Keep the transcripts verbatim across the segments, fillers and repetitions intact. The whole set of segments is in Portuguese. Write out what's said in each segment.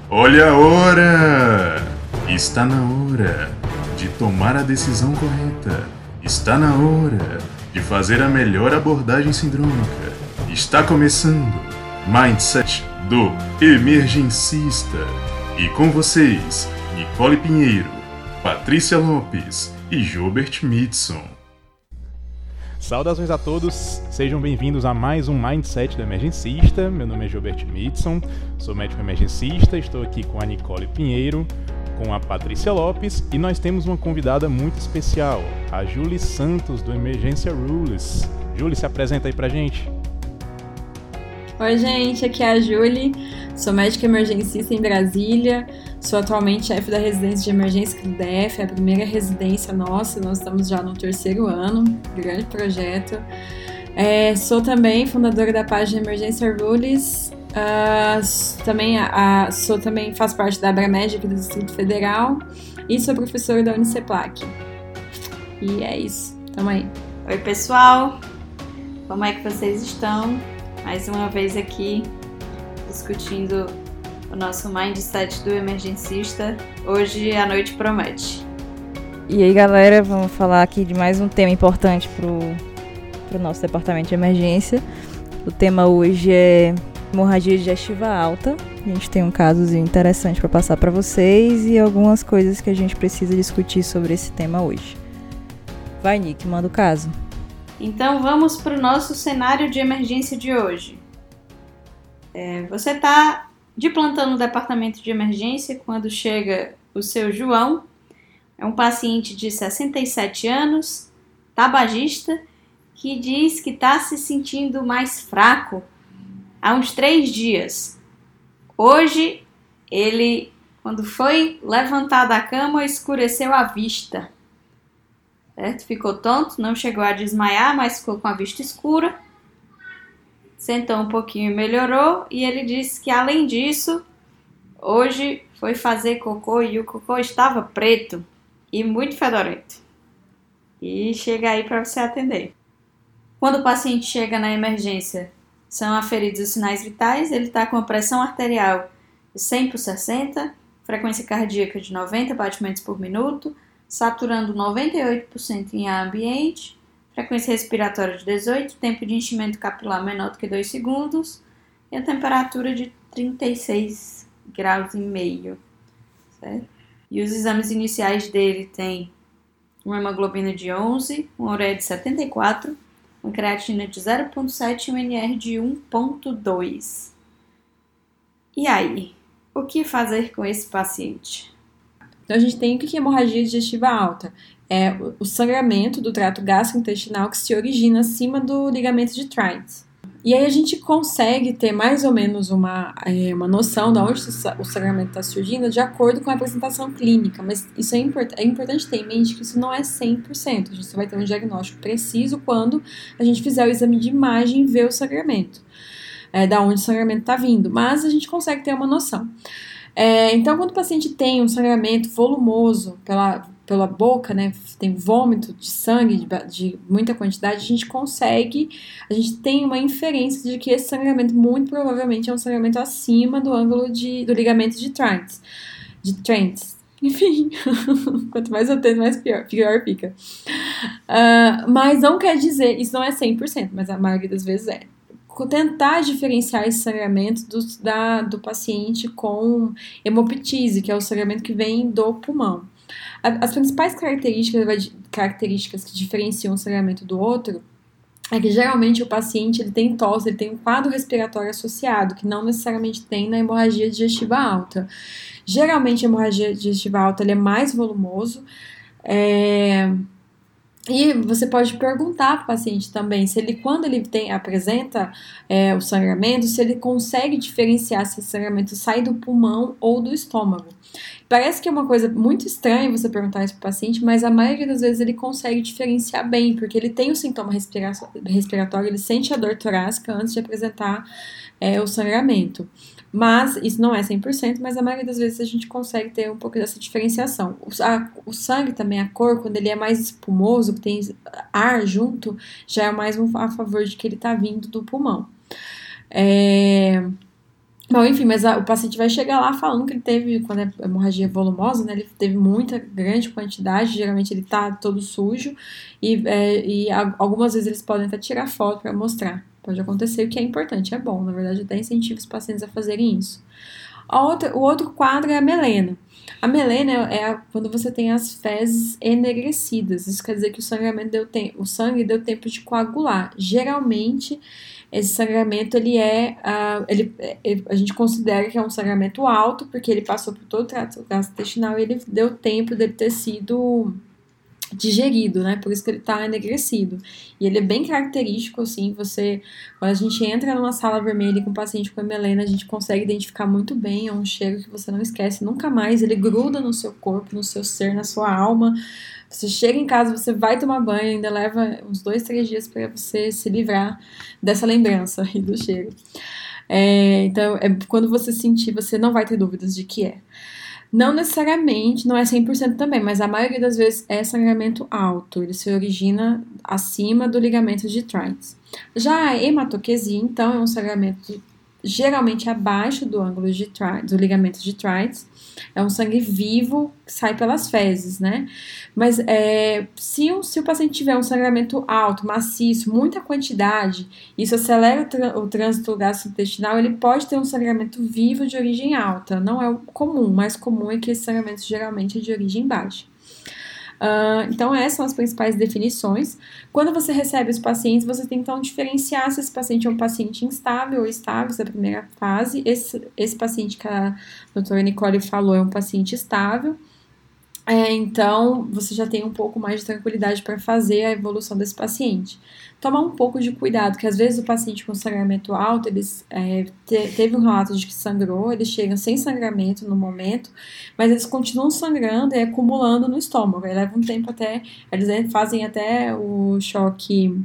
Olha a hora! Está na hora de tomar a decisão correta. Está na hora de fazer a melhor abordagem sindrômica. Está começando Mindset do Emergencista. E com vocês, Nicole Pinheiro, Patrícia Lopes e Gilbert Midson. Saudações a todos, sejam bem-vindos a mais um Mindset do Emergencista. Meu nome é Gilbert Midson, sou médico emergencista, estou aqui com a Nicole Pinheiro, com a Patrícia Lopes e nós temos uma convidada muito especial, a Julie Santos do Emergência Rules. Julie, se apresenta aí pra gente. Oi gente, aqui é a Julie, sou médica emergencista em Brasília, sou atualmente chefe da residência de emergência do D F, é a primeira residência nossa, nós estamos já no terceiro ano, grande projeto. É, sou também fundadora da página Emergência Rules, uh, também, uh, sou também, faço parte da Abramed aqui do Distrito Federal e sou professora da Uniceplac. E é isso, tamo aí. Oi pessoal, como é que vocês estão? Mais uma vez aqui, discutindo o nosso Mindset do Emergencista. Hoje a noite promete. E aí galera, vamos falar aqui de mais um tema importante pro, pro nosso departamento de emergência. O tema hoje é hemorragia digestiva alta. A gente tem um caso interessante para passar para vocês e algumas coisas que a gente precisa discutir sobre esse tema hoje. Vai, Nick, manda o caso. Então vamos para o nosso cenário de emergência de hoje. É, você está de plantão no departamento de emergência quando chega o seu João. É um paciente de sessenta e sete anos, tabagista, que diz que está se sentindo mais fraco há uns três dias. Hoje, ele, quando foi levantar da cama, escureceu a vista. Certo? Ficou tonto, não chegou a desmaiar, mas ficou com a vista escura. Sentou um pouquinho e melhorou. E ele disse que, além disso, hoje foi fazer cocô e o cocô estava preto e muito fedorento. E chega aí para você atender. Quando o paciente chega na emergência, são aferidos os sinais vitais. Ele está com a pressão arterial de cem por sessenta, frequência cardíaca de noventa batimentos por minuto, saturando noventa e oito por cento em ar ambiente, frequência respiratória de dezoito, tempo de enchimento capilar menor do que dois segundos e a temperatura de trinta e seis graus e meio, certo? E os exames iniciais dele tem uma hemoglobina de onze, uma ureia de setenta e quatro, uma creatina de zero vírgula sete e um N R de um vírgula dois. E aí, o que fazer com esse paciente? Então, a gente tem o que é hemorragia digestiva alta? É o sangramento do trato gastrointestinal que se origina acima do ligamento de Treitz. E aí a gente consegue ter mais ou menos uma, é, uma noção de onde o sangramento está surgindo de acordo com a apresentação clínica, mas isso é, import- é importante ter em mente que isso não é cem por cento. A gente só vai ter um diagnóstico preciso quando a gente fizer o exame de imagem e ver o sangramento, é, da onde o sangramento está vindo, mas a gente consegue ter uma noção. É, então, quando o paciente tem um sangramento volumoso pela, pela boca, né, tem vômito de sangue de, de muita quantidade, a gente consegue, a gente tem uma inferência de que esse sangramento muito provavelmente é um sangramento acima do ângulo de, do ligamento de Treitz. De Treitz. Enfim, quanto mais eu tenho, mais pior, pior fica. Uh, mas não quer dizer, isso não é cem por cento, mas a maioria das vezes é. Tentar diferenciar esse sangramento do, da, do paciente com hemoptise, que é o sangramento que vem do pulmão. As principais características, características que diferenciam um sangramento do outro é que geralmente o paciente ele tem tosse, ele tem um quadro respiratório associado, que não necessariamente tem na hemorragia digestiva alta. Geralmente a hemorragia digestiva alta ele é mais volumoso, é... E você pode perguntar para o paciente também se ele, quando ele tem, apresenta é, o sangramento, se ele consegue diferenciar se esse sangramento sai do pulmão ou do estômago. Parece que é uma coisa muito estranha você perguntar isso para o paciente, mas a maioria das vezes ele consegue diferenciar bem, porque ele tem o sintoma respira- respiratório, ele sente a dor torácica antes de apresentar é, o sangramento. Mas isso não é cem por cento, mas a maioria das vezes a gente consegue ter um pouco dessa diferenciação. O, a, o sangue também, a cor, quando ele é mais espumoso, que tem ar junto, já é mais um, a favor de que ele está vindo do pulmão. É... Bom, enfim, mas a, o paciente vai chegar lá falando que ele teve, quando é hemorragia volumosa, né, ele teve muita, grande quantidade, geralmente ele tá todo sujo, e, é, e a, algumas vezes eles podem até tirar foto para mostrar. Pode acontecer, o que é importante, é bom, na verdade, até incentivo os pacientes a fazerem isso. A outra, o outro quadro é a melena. A melena é a, quando você tem as fezes enegrecidas, isso quer dizer que o sangramento deu tempo, o sangue deu tempo de coagular. Geralmente, esse sangramento, ele é, uh, ele, ele, a gente considera que é um sangramento alto, porque ele passou por todo o trato gastrointestinal e ele deu tempo dele ter sido digerido, né? Por isso que ele tá enegrecido. E ele é bem característico, assim, você, quando a gente entra numa sala vermelha com um paciente com melena, a gente consegue identificar muito bem, é um cheiro que você não esquece nunca mais, ele gruda no seu corpo, no seu ser, na sua alma. Você chega em casa, você vai tomar banho, ainda leva uns dois, três dias para você se livrar dessa lembrança e do cheiro. É, então, é, quando você sentir, você não vai ter dúvidas de que é. Não necessariamente, não é cem por cento também, mas a maioria das vezes é sangramento alto, ele se origina acima do ligamento de Treitz. Já a hematoquesia, então, é um sangramento geralmente abaixo do ângulo de Treitz, do ligamento de Treitz, é um sangue vivo que sai pelas fezes, né? Mas é, se, o, se o paciente tiver um sangramento alto, maciço, muita quantidade, isso acelera o, tra- o trânsito gastrointestinal, ele pode ter um sangramento vivo de origem alta. Não é o comum, o mais comum é que esse sangramento geralmente é de origem baixa. Uh, então essas são as principais definições. Quando você recebe os pacientes, você tem então diferenciar se esse paciente é um paciente instável ou estável, essa é a primeira fase. Esse, esse paciente que a doutora Nicole falou é um paciente estável. É, então, você já tem um pouco mais de tranquilidade para fazer a evolução desse paciente. Tomar um pouco de cuidado, porque às vezes o paciente com sangramento alto, eles é, te, teve um relato de que sangrou, eles chegam sem sangramento no momento, mas eles continuam sangrando e acumulando no estômago. Aí leva um tempo até, eles fazem até o choque,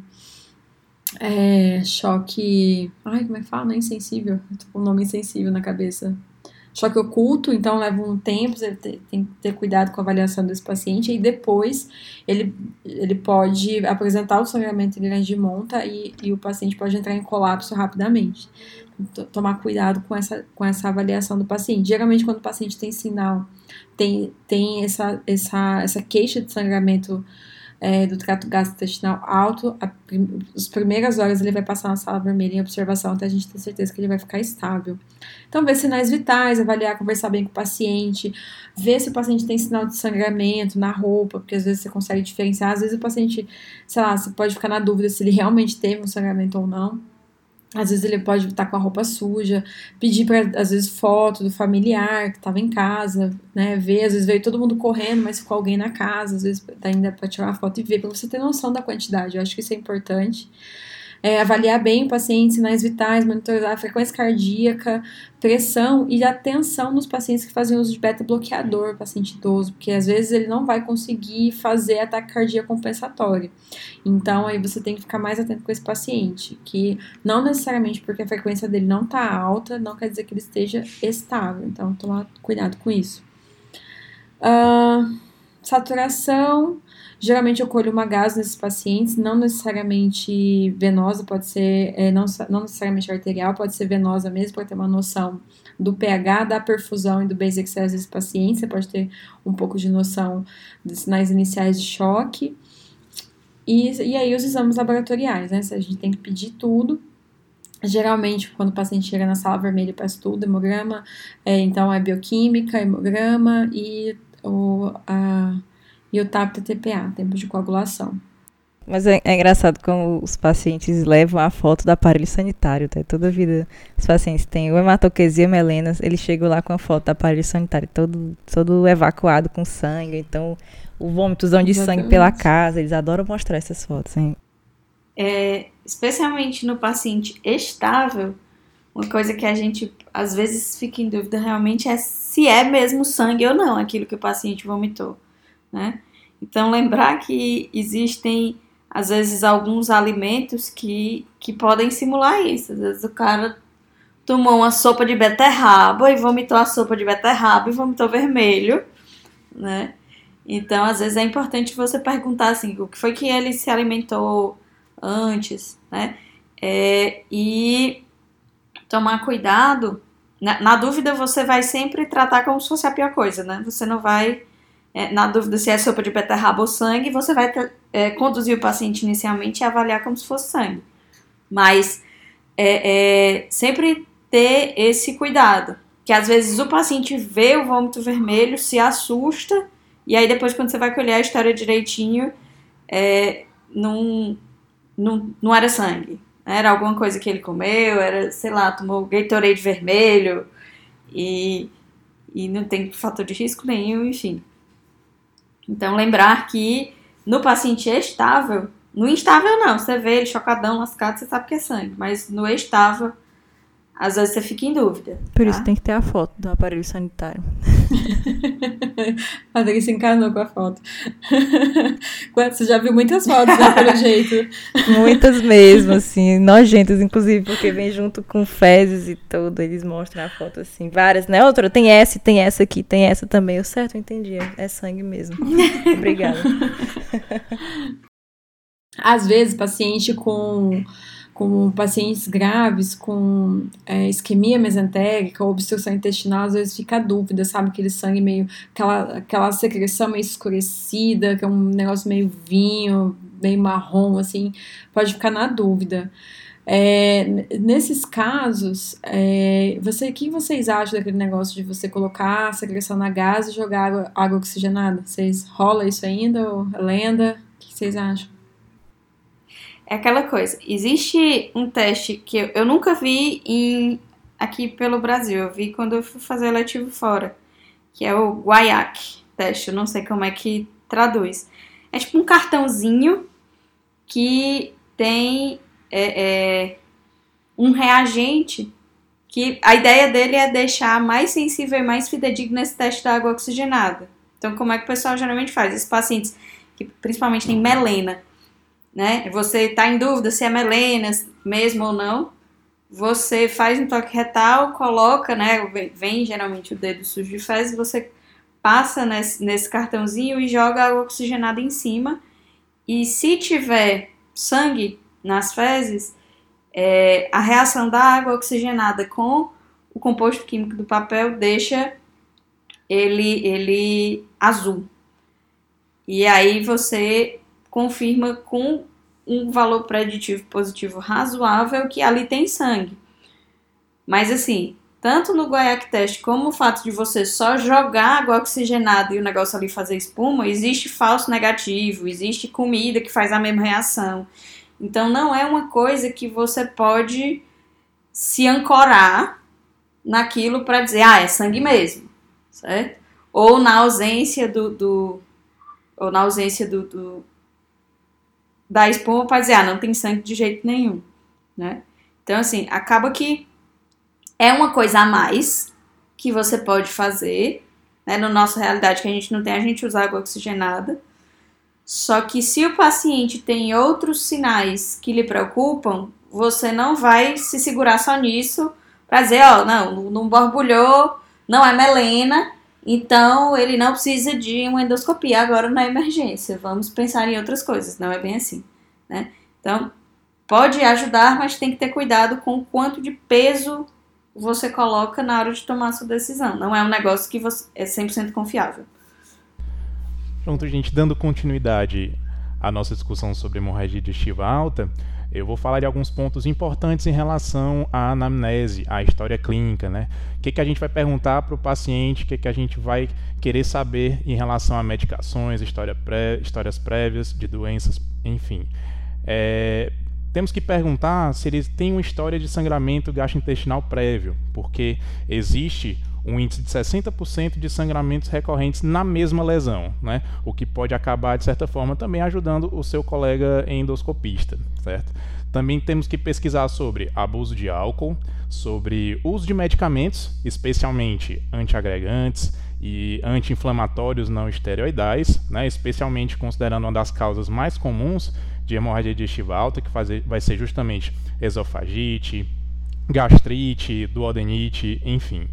é, choque, ai, como é que fala? Não é insensível, eu tô com o nome insensível na cabeça. Choque oculto, então leva um tempo, você tem que ter cuidado com a avaliação desse paciente, e depois ele, ele pode apresentar o sangramento em grande monta e, e o paciente pode entrar em colapso rapidamente. Então, tomar cuidado com essa, com essa avaliação do paciente. Geralmente, quando o paciente tem sinal, tem, tem essa, essa, essa queixa de sangramento É, do trato gastrointestinal alto, a, as primeiras horas ele vai passar na sala vermelha em observação até a gente ter certeza que ele vai ficar estável. Então, ver sinais vitais, avaliar, conversar bem com o paciente, ver se o paciente tem sinal de sangramento na roupa, porque às vezes você consegue diferenciar, às vezes o paciente, sei lá, você pode ficar na dúvida se ele realmente teve um sangramento ou não. Às vezes ele pode estar com a roupa suja, pedir para, às vezes, foto do familiar que estava em casa, né, ver, às vezes veio todo mundo correndo, mas ficou alguém na casa, às vezes ainda para tirar uma foto e ver, para você ter noção da quantidade, eu acho que isso é importante. É, avaliar bem o paciente, sinais vitais, monitorar a frequência cardíaca, pressão e atenção nos pacientes que fazem uso de beta-bloqueador, paciente idoso, porque às vezes ele não vai conseguir fazer ataque cardíaco compensatório. Então, aí você tem que ficar mais atento com esse paciente, que não necessariamente porque a frequência dele não está alta, não quer dizer que ele esteja estável. Então, tomar cuidado com isso. Uh, saturação... Geralmente eu colho uma gás nesses pacientes, não necessariamente venosa, pode ser, é, não, não necessariamente arterial, pode ser venosa mesmo, para ter uma noção do pH, da perfusão e do base excess desse paciente. Você pode ter um pouco de noção dos sinais iniciais de choque. E, e aí os exames laboratoriais, né? A gente tem que pedir tudo. Geralmente, quando o paciente chega na sala vermelha, peço tudo, hemograma, é, então é bioquímica, hemograma e o... A, E o T A P T P A, tempo de coagulação. Mas é, é engraçado como os pacientes levam a foto do aparelho sanitário, tá? Toda a vida os pacientes têm o hematoquesia melena, eles chegam lá com a foto do aparelho sanitário todo, todo evacuado com sangue, então o vômitozão de Exatamente. Sangue pela casa, eles adoram mostrar essas fotos, hein? É, especialmente no paciente estável, uma coisa que a gente às vezes fica em dúvida realmente é se é mesmo sangue ou não aquilo que o paciente vomitou. Né? Então, lembrar que existem, às vezes, alguns alimentos que, que podem simular isso. Às vezes, o cara tomou uma sopa de beterraba e vomitou a sopa de beterraba e vomitou vermelho, né? Então, às vezes, é importante você perguntar, assim, o que foi que ele se alimentou antes, né? É, e tomar cuidado na, na dúvida, você vai sempre tratar como se fosse a pior coisa, né? Você não vai, é, na dúvida se é sopa de beterraba ou sangue, você vai é, conduzir o paciente inicialmente e avaliar como se fosse sangue. Mas é, é, sempre ter esse cuidado, que às vezes o paciente vê o vômito vermelho, se assusta, e aí depois quando você vai colher a história direitinho, é, não, não, não era sangue. Era alguma coisa que ele comeu, era, sei lá, tomou Gatorade vermelho e, e não tem fator de risco nenhum, enfim. Então, lembrar que no paciente estável, no instável não, você vê ele chocadão, lascado, você sabe que é sangue, mas no estável, às vezes você fica em dúvida. Por tá? isso tem que ter a foto do aparelho sanitário. A Adri se encarnou com a foto. Você já viu muitas fotos, né, pelo jeito. Muitas mesmo, assim, nojentas, inclusive, porque vem junto com fezes e tudo, eles mostram a foto, assim, várias, né? Outra, tem essa, tem essa aqui, tem essa também. Eu, certo, eu entendi, é sangue mesmo. Obrigada. Às vezes, paciente com... com pacientes graves, com é, isquemia mesentérica ou obstrução intestinal, às vezes fica a dúvida, sabe? Aquele sangue meio, aquela, aquela secreção meio escurecida, que é um negócio meio vinho, meio marrom, assim, pode ficar na dúvida. É, nesses casos, é, você, o que vocês acham daquele negócio de você colocar a secreção na gás e jogar água, água oxigenada? Vocês rola isso ainda ou é lenda? O que vocês acham? É aquela coisa, existe um teste que eu, eu nunca vi em, aqui pelo Brasil, eu vi quando eu fui fazer eletivo fora, que é o Guaiac teste, eu não sei como é que traduz. É tipo um cartãozinho que tem é, é, um reagente, que a ideia dele é deixar mais sensível e mais fidedigno esse teste da água oxigenada. Então, como é que o pessoal geralmente faz? Esses pacientes que principalmente têm melena, né? Você está em dúvida se é melena mesmo ou não, você faz um toque retal, coloca, né? Vem geralmente o dedo sujo de fezes, você passa nesse, nesse cartãozinho e joga água oxigenada em cima. E se tiver sangue nas fezes, é, a reação da água oxigenada com o composto químico do papel deixa ele, ele azul. E aí você confirma com um valor preditivo positivo razoável que ali tem sangue. Mas assim, tanto no Guaiac teste como o fato de você só jogar água oxigenada e o negócio ali fazer espuma, existe falso negativo, existe comida que faz a mesma reação. Então não é uma coisa que você pode se ancorar naquilo para dizer, ah, é sangue mesmo, certo? Ou na ausência do, do ou na ausência do, do da espuma para dizer, ah, não tem sangue de jeito nenhum, né? Então, assim, acaba que é uma coisa a mais que você pode fazer, né? Na nossa realidade que a gente não tem, a gente usa água oxigenada. Só que se o paciente tem outros sinais que lhe preocupam, você não vai se segurar só nisso para dizer, ó, oh, não, não borbulhou, não é melena, então ele não precisa de uma endoscopia agora na emergência. Vamos pensar em outras coisas, não é bem assim, né? Então, pode ajudar, mas tem que ter cuidado com o quanto de peso você coloca na hora de tomar a sua decisão. Não é um negócio que você é cem por cento confiável. Pronto, gente, dando continuidade à nossa discussão sobre hemorragia digestiva alta, eu vou falar de alguns pontos importantes em relação à anamnese, à história clínica, né? O que, que a gente vai perguntar para o paciente, o que, que a gente vai querer saber em relação a medicações, história pré, histórias prévias de doenças, enfim. É, temos que perguntar se eles têm uma história de sangramento gastrointestinal prévio, porque existe um índice de sessenta por cento de sangramentos recorrentes na mesma lesão, né? O que pode acabar, de certa forma, também ajudando o seu colega endoscopista, certo? Também temos que pesquisar sobre abuso de álcool, sobre uso de medicamentos, especialmente antiagregantes e anti-inflamatórios não esteroidais, né? Especialmente considerando uma das causas mais comuns de hemorragia digestiva alta, que vai ser justamente esofagite, gastrite, duodenite, enfim.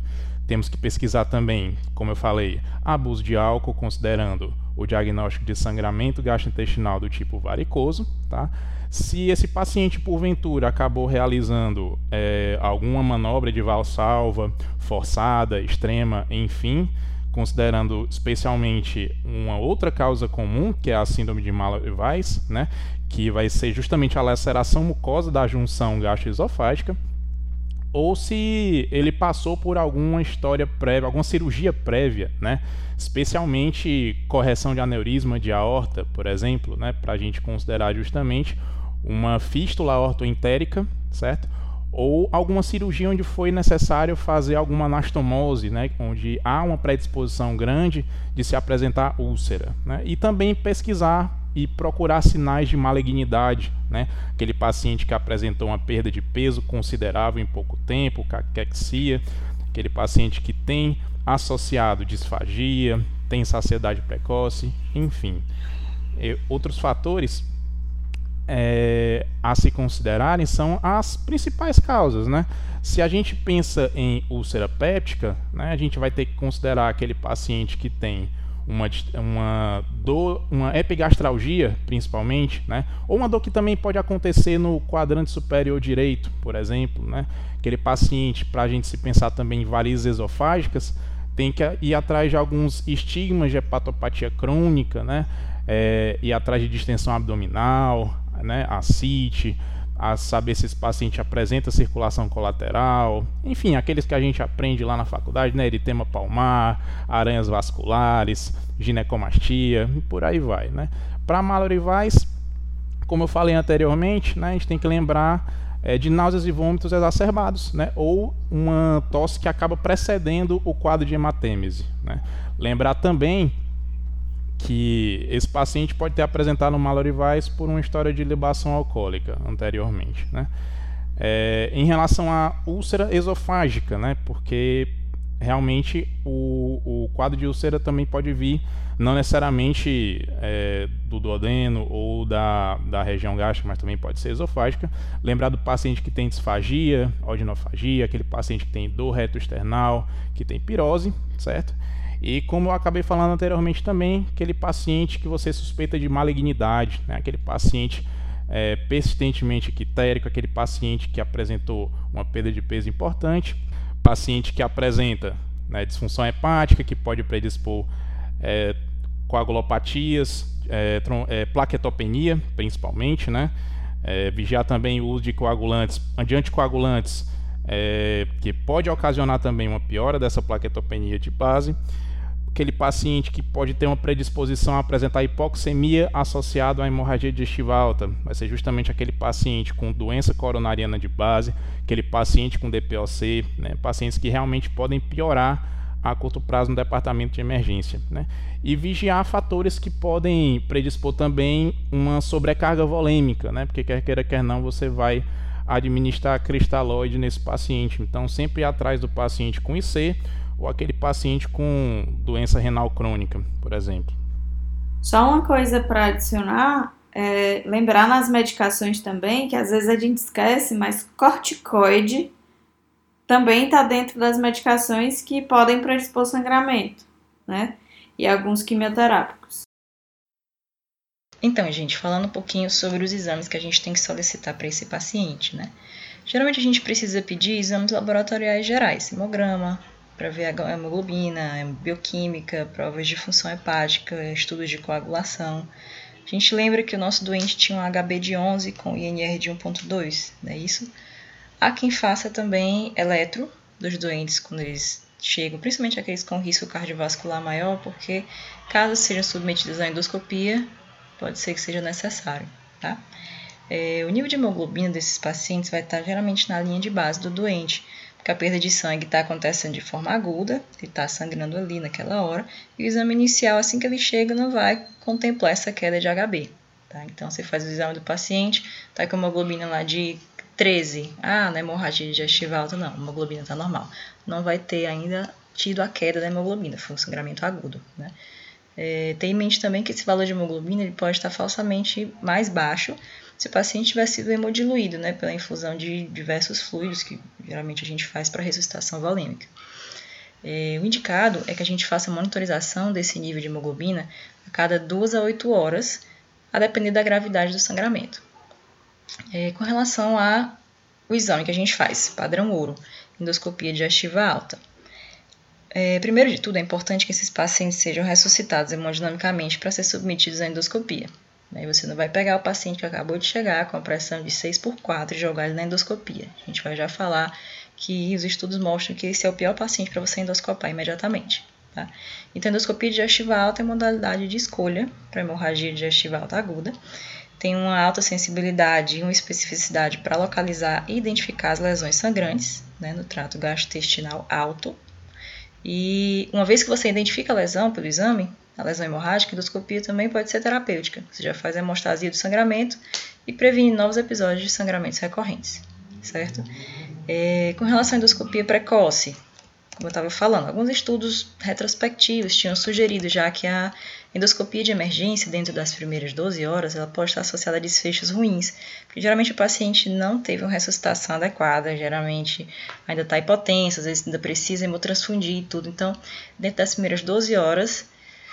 Temos que pesquisar também, como eu falei, abuso de álcool, considerando o diagnóstico de sangramento gastrointestinal do tipo varicoso, tá? Se esse paciente, porventura, acabou realizando é, alguma manobra de valsalva forçada, extrema, enfim, considerando especialmente uma outra causa comum, que é a síndrome de Mallory-Weiss, né, que vai ser justamente a laceração mucosa da junção gastroesofágica, ou se ele passou por alguma história prévia, alguma cirurgia prévia, né? Especialmente correção de aneurisma de aorta, por exemplo, né? Para a gente considerar justamente uma fístula aortoentérica, certo? Ou alguma cirurgia onde foi necessário fazer alguma anastomose, né? Onde há uma predisposição grande de se apresentar úlcera, né? E também pesquisar e procurar sinais de malignidade, né? Aquele paciente que apresentou uma perda de peso considerável em pouco tempo, caquexia, aquele paciente que tem associado disfagia, tem saciedade precoce, enfim. E outros fatores é, a se considerarem são as principais causas, né? Se a gente pensa em úlcera péptica, né, a gente vai ter que considerar aquele paciente que tem Uma, uma dor, uma epigastralgia, principalmente, né? Ou uma dor que também pode acontecer no quadrante superior direito, por exemplo, né? Aquele paciente, para a gente se pensar também em varizes esofágicas, tem que ir atrás de alguns estigmas de hepatopatia crônica, né? É, ir atrás de distensão abdominal, né? Ascite, a saber se esse paciente apresenta circulação colateral, enfim, aqueles que a gente aprende lá na faculdade, né, eritema palmar, aranhas vasculares, ginecomastia, e por aí vai, né. Para Mallory-Weiss, como eu falei anteriormente, né, a gente tem que lembrar é, de náuseas e vômitos exacerbados, né, ou uma tosse que acaba precedendo o quadro de hematêmese, né. Lembrar também que esse paciente pode ter apresentado um Mallory-Weiss por uma história de libação alcoólica anteriormente, né? É, em relação à úlcera esofágica, né? Porque realmente o, o quadro de úlcera também pode vir não necessariamente é, do duodeno ou da, da região gástrica, mas também pode ser esofágica. Lembrar do paciente que tem disfagia, odinofagia, aquele paciente que tem dor retroesternal, que tem pirose, certo? E como eu acabei falando anteriormente também, aquele paciente que você suspeita de malignidade, né? Aquele paciente é, persistentemente quitérico, aquele paciente que apresentou uma perda de peso importante, paciente que apresenta, né, disfunção hepática, que pode predispor é, coagulopatias, é, é, plaquetopenia, principalmente, né? É, vigiar também o uso de coagulantes, de anticoagulantes, é, que pode ocasionar também uma piora dessa plaquetopenia de base. Aquele paciente que pode ter uma predisposição a apresentar hipoxemia associada à hemorragia digestiva alta, vai ser justamente aquele paciente com doença coronariana de base, aquele paciente com D P O C, né, pacientes que realmente podem piorar a curto prazo no departamento de emergência, né? E vigiar fatores que podem predispor também uma sobrecarga volêmica, né? Porque quer queira, quer não, você vai administrar cristalóide nesse paciente. Então, sempre ir atrás do paciente com I C ou aquele paciente com doença renal crônica, por exemplo. Só uma coisa para adicionar, é lembrar nas medicações também, que às vezes a gente esquece, mas corticoide também está dentro das medicações que podem predispor sangramento, né? E alguns quimioterápicos. Então, gente, falando um pouquinho sobre os exames que a gente tem que solicitar para esse paciente, né? Geralmente a gente precisa pedir exames laboratoriais gerais, hemograma, para ver a hemoglobina, bioquímica, provas de função hepática, estudos de coagulação. A gente lembra que o nosso doente tinha um H B de onze com I N R de um ponto dois, não é isso? Há quem faça também eletro dos doentes quando eles chegam, principalmente aqueles com risco cardiovascular maior, porque caso sejam submetidos à endoscopia, pode ser que seja necessário, tá? É, o nível de hemoglobina desses pacientes vai estar geralmente na linha de base do doente, porque a perda de sangue está acontecendo de forma aguda, ele está sangrando ali naquela hora, e o exame inicial, assim que ele chega, não vai contemplar essa queda de H B. Tá? Então, você faz o exame do paciente, está com a hemoglobina lá de treze, ah, na hemorragia digestiva alta, não, a hemoglobina está normal. Não vai ter ainda tido a queda da hemoglobina, foi um sangramento agudo, né? É, tem em mente também que esse valor de hemoglobina ele pode estar falsamente mais baixo se o paciente tiver sido hemodiluído, né, pela infusão de diversos fluidos que geralmente a gente faz para ressuscitação volêmica. É, o indicado é que a gente faça monitorização desse nível de hemoglobina a cada duas a oito horas, a depender da gravidade do sangramento. É, com relação ao exame que a gente faz, padrão ouro, endoscopia digestiva alta. É, primeiro de tudo, é importante que esses pacientes sejam ressuscitados hemodinamicamente para ser submetidos à endoscopia. Aí você não vai pegar o paciente que acabou de chegar com a pressão de seis por quatro e jogar ele na endoscopia. A gente vai já falar que os estudos mostram que esse é o pior paciente para você endoscopar imediatamente. Tá? Então, a endoscopia digestiva alta é modalidade de escolha para hemorragia digestiva alta aguda. Tem uma alta sensibilidade e uma especificidade para localizar e identificar as lesões sangrantes, né, no trato gastrointestinal alto. E uma vez que você identifica a lesão pelo exame, a lesão hemorrágica, a endoscopia também pode ser terapêutica. Você já faz a hemostasia do sangramento e previne novos episódios de sangramentos recorrentes, certo? É, com relação à endoscopia precoce, como eu estava falando, alguns estudos retrospectivos tinham sugerido já que a endoscopia de emergência dentro das primeiras doze horas ela pode estar associada a desfechos ruins, porque geralmente o paciente não teve uma ressuscitação adequada, geralmente ainda está hipotenso, às vezes ainda precisa hemotransfundir e tudo. Então, dentro das primeiras doze horas,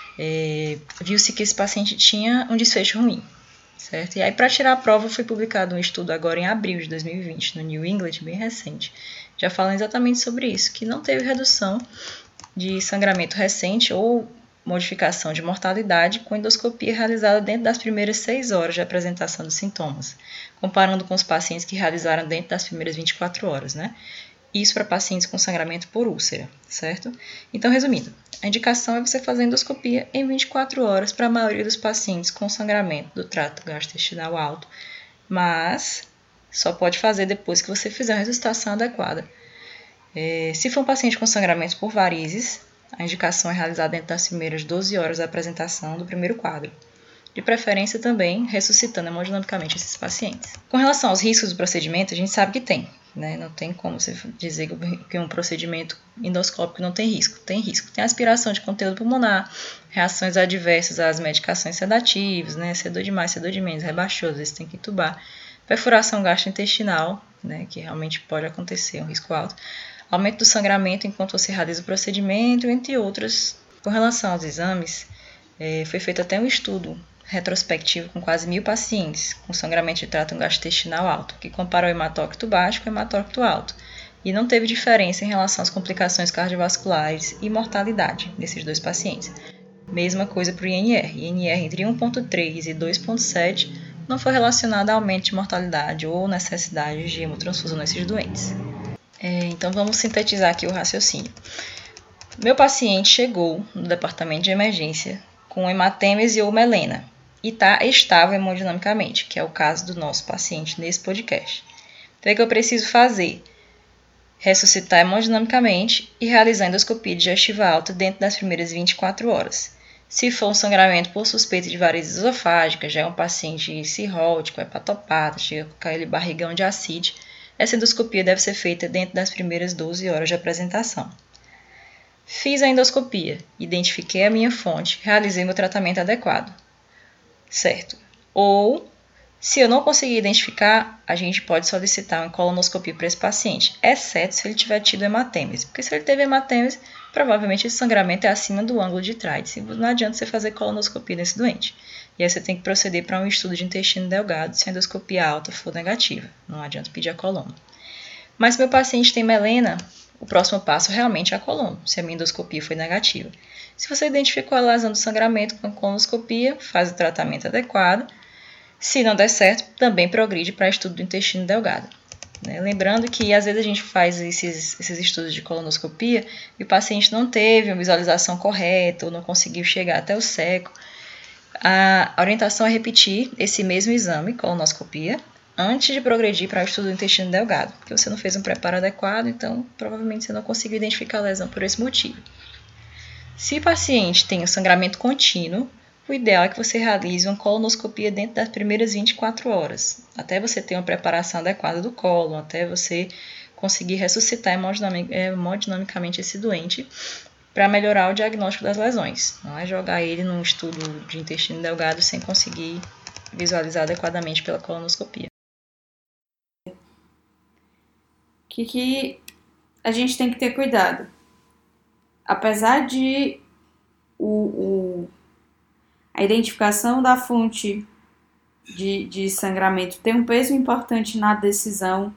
é, viu-se que esse paciente tinha um desfecho ruim, certo? E aí, para tirar a prova, foi publicado um estudo agora em abril de dois mil e vinte, no New England, bem recente, já falando exatamente sobre isso, que não teve redução de sangramento recente ou modificação de mortalidade com endoscopia realizada dentro das primeiras seis horas de apresentação dos sintomas, comparando com os pacientes que realizaram dentro das primeiras vinte e quatro horas, né? Isso para pacientes com sangramento por úlcera, certo? Então, resumindo, a indicação é você fazer endoscopia em vinte e quatro horas para a maioria dos pacientes com sangramento do trato gastrointestinal alto, mas só pode fazer depois que você fizer a ressuscitação adequada. É, se for um paciente com sangramento por varizes, a indicação é realizada dentro das primeiras doze horas da apresentação do primeiro quadro. De preferência também ressuscitando hemodinamicamente esses pacientes. Com relação aos riscos do procedimento, a gente sabe que tem, né? Não tem como você dizer que um procedimento endoscópico não tem risco. Tem risco. Tem aspiração de conteúdo pulmonar, reações adversas às medicações sedativas, né? Sedor de mais, sedor de menos, rebaixou, às vezes tem que entubar. Perfuração gastrointestinal, né? Que realmente pode acontecer, um risco alto. Aumento do sangramento enquanto você realiza o procedimento, entre outros. Com relação aos exames, é, foi feito até um estudo retrospectivo com quase mil pacientes com sangramento de trato gastrointestinal alto, que comparou o hematócrito baixo com o hematócrito alto, e não teve diferença em relação às complicações cardiovasculares e mortalidade desses dois pacientes. Mesma coisa para o I N R. I N R entre um ponto três e dois ponto sete não foi relacionado a aumento de mortalidade ou necessidade de hemotransfusão nesses doentes. É, então vamos sintetizar aqui o raciocínio. Meu paciente chegou no departamento de emergência com hematêmese ou melena e está estável hemodinamicamente, que é o caso do nosso paciente nesse podcast. Então, o que eu preciso fazer? Ressuscitar hemodinamicamente e realizar endoscopia digestiva alta dentro das primeiras vinte e quatro horas. Se for um sangramento por suspeita de varizes esofágicas, já é um paciente cirrótico, hepatopata, chega com aquele barrigão de ascite, essa endoscopia deve ser feita dentro das primeiras doze horas de apresentação. Fiz a endoscopia, identifiquei a minha fonte, realizei meu tratamento adequado. Certo. Ou, se eu não conseguir identificar, a gente pode solicitar uma colonoscopia para esse paciente, exceto se ele tiver tido hematêmese. Porque se ele teve hematêmese, provavelmente esse sangramento é acima do ângulo de Treitz. Não adianta você fazer colonoscopia nesse doente. E aí você tem que proceder para um estudo de intestino delgado se a endoscopia alta for negativa. Não adianta pedir a coluna. Mas se meu paciente tem melena, o próximo passo realmente é a coluna, se a minha endoscopia foi negativa. Se você identificou a lesão do sangramento com a colonoscopia, faz o tratamento adequado. Se não der certo, também progride para estudo do intestino delgado. Né? Lembrando que às vezes a gente faz esses, esses estudos de colonoscopia e o paciente não teve uma visualização correta ou não conseguiu chegar até o seco. A orientação é repetir esse mesmo exame, colonoscopia, antes de progredir para o estudo do intestino delgado, porque você não fez um preparo adequado, então provavelmente você não conseguiu identificar a lesão por esse motivo. Se o paciente tem um sangramento contínuo, o ideal é que você realize uma colonoscopia dentro das primeiras vinte e quatro horas, até você ter uma preparação adequada do cólon, até você conseguir ressuscitar hemodinamicamente esse doente para melhorar o diagnóstico das lesões. Não é jogar ele num estudo de intestino delgado sem conseguir visualizar adequadamente pela colonoscopia. O que, que a gente tem que ter cuidado? apesar de o, o, a identificação da fonte de, de sangramento ter um peso importante na decisão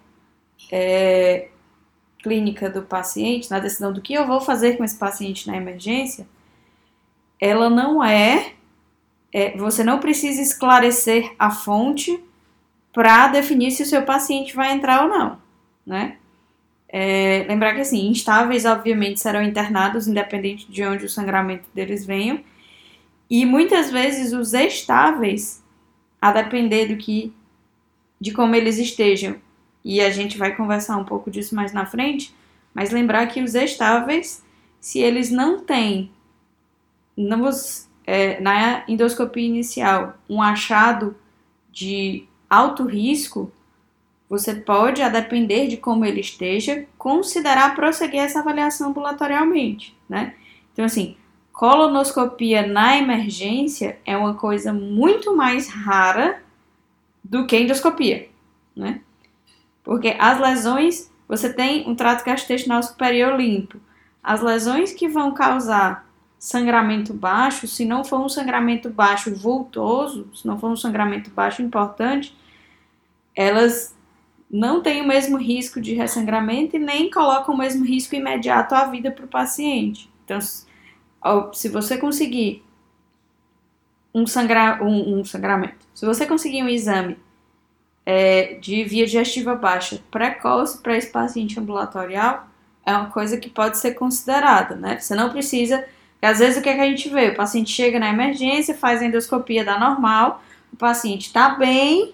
é, clínica do paciente, na decisão do que eu vou fazer com esse paciente na emergência, ela não é, é você não precisa esclarecer a fonte para definir se o seu paciente vai entrar ou não, né? É, lembrar que, assim, instáveis, obviamente, serão internados, independente de onde o sangramento deles venham, e muitas vezes os estáveis, a depender do que, de como eles estejam, e a gente vai conversar um pouco disso mais na frente, mas lembrar que os estáveis, se eles não têm, nos, é, na endoscopia inicial, um achado de alto risco, você pode, a depender de como ele esteja, considerar prosseguir essa avaliação ambulatorialmente, né? Então, assim, colonoscopia na emergência é uma coisa muito mais rara do que endoscopia, né? Porque as lesões, você tem um trato gastrointestinal superior limpo. As lesões que vão causar sangramento baixo, se não for um sangramento baixo vultoso, se não for um sangramento baixo importante, elas não têm o mesmo risco de ressangramento e nem colocam o mesmo risco imediato à vida para o paciente. Então, se você conseguir um, sangra, um, um sangramento, se você conseguir um exame é, de via digestiva baixa precoce para esse paciente ambulatorial, é uma coisa que pode ser considerada, né? Você não precisa, porque às vezes o que, é que a gente vê? O paciente chega na emergência, faz a endoscopia, dá normal, o paciente está bem,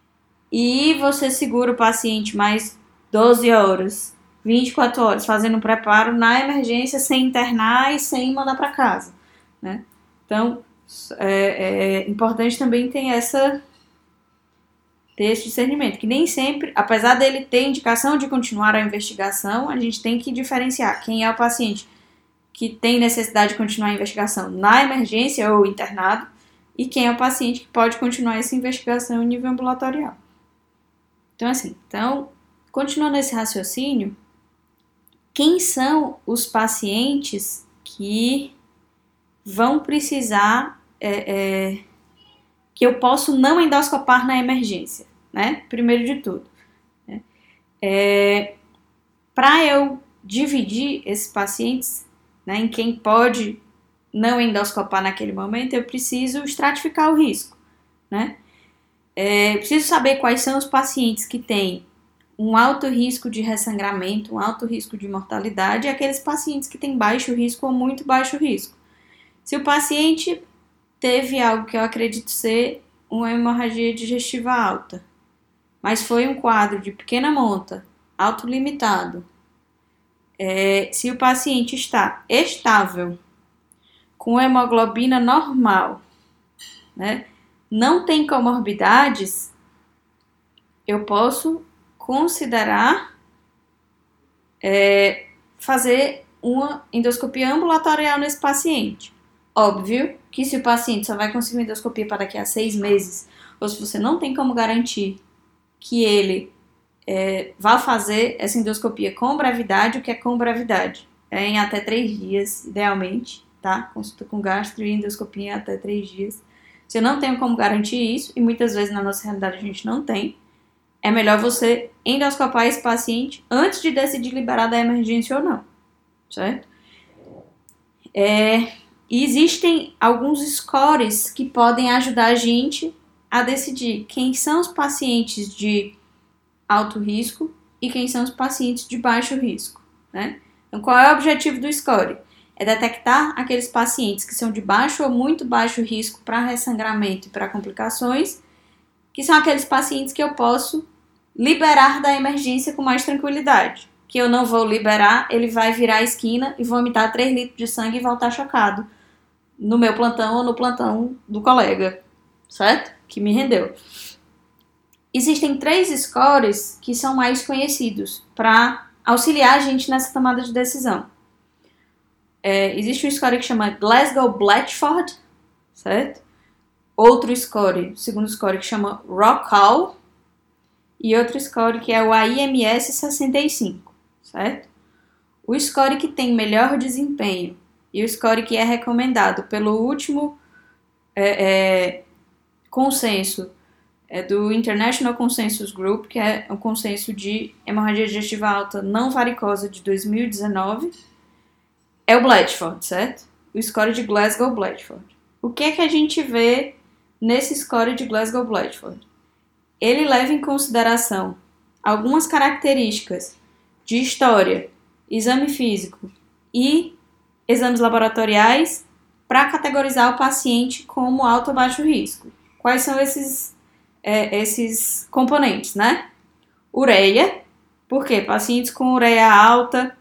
e você segura o paciente mais doze horas, vinte e quatro horas, fazendo um preparo na emergência, sem internar e sem mandar para casa, né? Então, é, é importante também ter, essa, ter esse discernimento, que nem sempre, apesar dele ter indicação de continuar a investigação, a gente tem que diferenciar quem é o paciente que tem necessidade de continuar a investigação na emergência ou internado, e quem é o paciente que pode continuar essa investigação em nível ambulatorial. Então, assim, então, continuando esse raciocínio, quem são os pacientes que vão precisar, é, é, que eu posso não endoscopar na emergência, né? Primeiro de tudo. Né? É, para eu dividir esses pacientes, né, em quem pode não endoscopar naquele momento, eu preciso estratificar o risco, né? É, preciso saber quais são os pacientes que têm um alto risco de ressangramento, um alto risco de mortalidade, e aqueles pacientes que têm baixo risco ou muito baixo risco. Se o paciente teve algo que eu acredito ser uma hemorragia digestiva alta, mas foi um quadro de pequena monta, autolimitado, é, se o paciente está estável, com hemoglobina normal, né, não tem comorbidades, eu posso considerar é, fazer uma endoscopia ambulatorial nesse paciente. Óbvio que se o paciente só vai conseguir uma endoscopia para daqui a seis meses, ou se você não tem como garantir que ele é, vá fazer essa endoscopia com brevidade, o que é com brevidade? É em até três dias, idealmente, tá? Consulta com gastro e endoscopia em até três dias. Se eu não tenho como garantir isso, e muitas vezes na nossa realidade a gente não tem, é melhor você endoscopar esse paciente antes de decidir liberar da emergência ou não, certo? É, e existem alguns scores que podem ajudar a gente a decidir quem são os pacientes de alto risco e quem são os pacientes de baixo risco, né? Então, qual é o objetivo do score? É detectar aqueles pacientes que são de baixo ou muito baixo risco para ressangramento e para complicações, que são aqueles pacientes que eu posso liberar da emergência com mais tranquilidade. Que eu não vou liberar, ele vai virar a esquina e vomitar três litros de sangue e voltar chocado no meu plantão ou no plantão do colega, certo? Que me rendeu. Existem três scores que são mais conhecidos para auxiliar a gente nessa tomada de decisão. É, existe um score que chama Glasgow-Blatchford, certo? Outro score, segundo score, que chama Rockall, e outro score que é o A I M S sessenta e cinco, certo? o score que tem melhor desempenho e o score que é recomendado pelo último é, é, consenso é do International Consensus Group, que é o consenso de hemorragia digestiva alta não varicosa de dois mil e dezenove, é o Blatchford, certo? O score de Glasgow-Blatchford. O que é que a gente vê nesse score de Glasgow-Blatchford? Ele leva em consideração algumas características de história, exame físico e exames laboratoriais para categorizar o paciente como alto ou baixo risco. Quais são esses, é, esses componentes, né? Ureia, porque pacientes com ureia alta,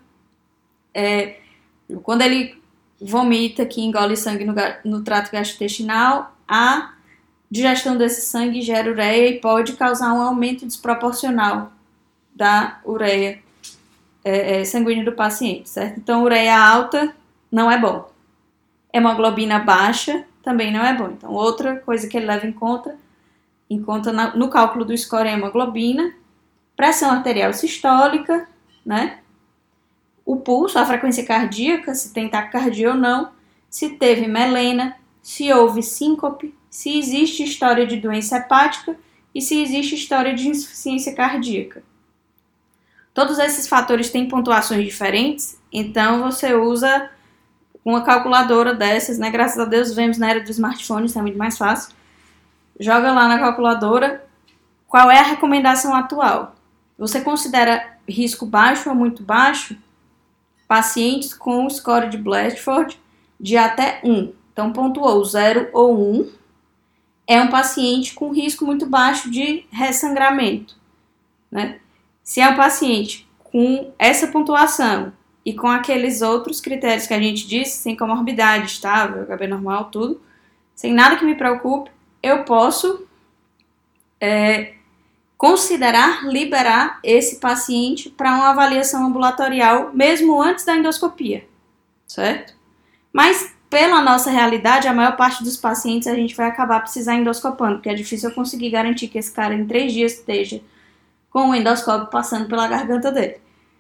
é, quando ele vomita, que engole sangue no, no trato gastrointestinal, a digestão desse sangue gera ureia e pode causar um aumento desproporcional da ureia é, é, sanguínea do paciente, certo? Então, ureia alta não é bom. Hemoglobina baixa também não é bom. Então, outra coisa que ele leva em conta, em conta na, no cálculo do score é hemoglobina, pressão arterial sistólica, né? O pulso, a frequência cardíaca, se tem taquicardia ou não, se teve melena, se houve síncope, se existe história de doença hepática e se existe história de insuficiência cardíaca. Todos esses fatores têm pontuações diferentes, então você usa uma calculadora dessas, né? Graças a Deus vemos na era do smartphone, isso é muito mais fácil. Joga lá na calculadora qual é a recomendação atual. Você considera risco baixo ou muito baixo? Pacientes com score de Blatchford de até um. Então, pontuou zero ou um. É um paciente com risco muito baixo de ressangramento, né? Se é um paciente com essa pontuação e com aqueles outros critérios que a gente disse, sem comorbidade, estável, H B normal, tudo, sem nada que me preocupe, eu posso é, considerar liberar esse paciente para uma avaliação ambulatorial, mesmo antes da endoscopia, certo? Mas, pela nossa realidade, a maior parte dos pacientes a gente vai acabar precisando endoscopando, porque é difícil eu conseguir garantir que esse cara em três dias esteja com o endoscópio passando pela garganta dele.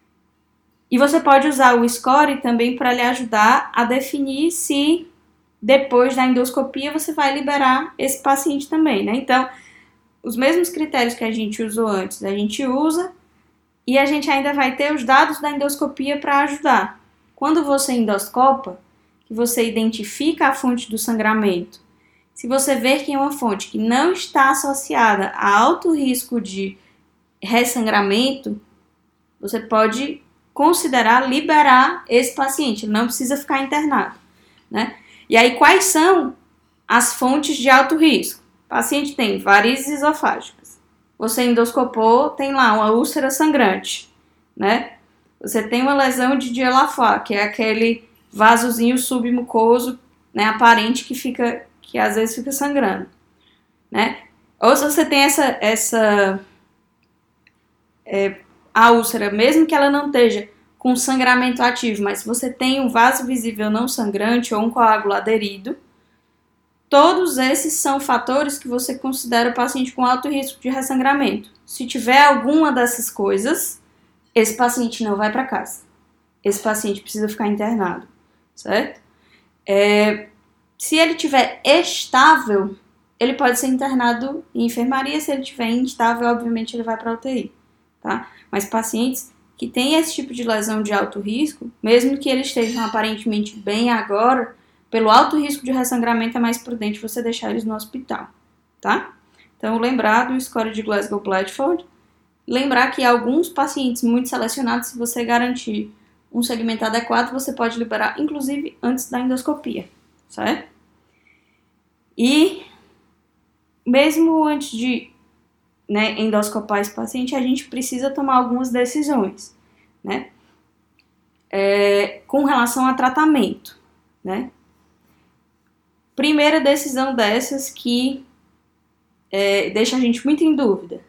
E você pode usar o score também para lhe ajudar a definir se depois da endoscopia você vai liberar esse paciente também, né? Então, os mesmos critérios que a gente usou antes, a gente usa e a gente ainda vai ter os dados da endoscopia para ajudar. Quando você endoscopa, que você identifica a fonte do sangramento, se você ver que é uma fonte que não está associada a alto risco de ressangramento, você pode considerar liberar esse paciente, ele não precisa ficar internado, né? E aí, quais são as fontes de alto risco? O paciente tem varizes esofágicas, você endoscopou, tem lá uma úlcera sangrante, né? Você tem uma lesão de Dielafar, que é aquele vasozinho submucoso, né, aparente que fica, que às vezes fica sangrando, né? Ou se você tem essa, essa é, a úlcera, mesmo que ela não esteja com sangramento ativo, mas se você tem um vaso visível não sangrante ou um coágulo aderido, todos esses são fatores que você considera o paciente com alto risco de ressangramento. Se tiver alguma dessas coisas, esse paciente não vai para casa. Esse paciente precisa ficar internado, certo? É, se ele estiver estável, ele pode ser internado em enfermaria. Se ele estiver instável, obviamente ele vai para a U T I, tá? Mas pacientes que têm esse tipo de lesão de alto risco, mesmo que eles estejam aparentemente bem agora, pelo alto risco de ressangramento é mais prudente você deixar eles no hospital, tá? Então, lembrar do score de Glasgow-Blatchford, lembrar que alguns pacientes muito selecionados, se você garantir um segmento adequado, você pode liberar, inclusive, antes da endoscopia, certo? E, mesmo antes de, né, endoscopar esse paciente, a gente precisa tomar algumas decisões, né? É, com relação a tratamento, né? Primeira decisão dessas que é, deixa a gente muito em dúvida.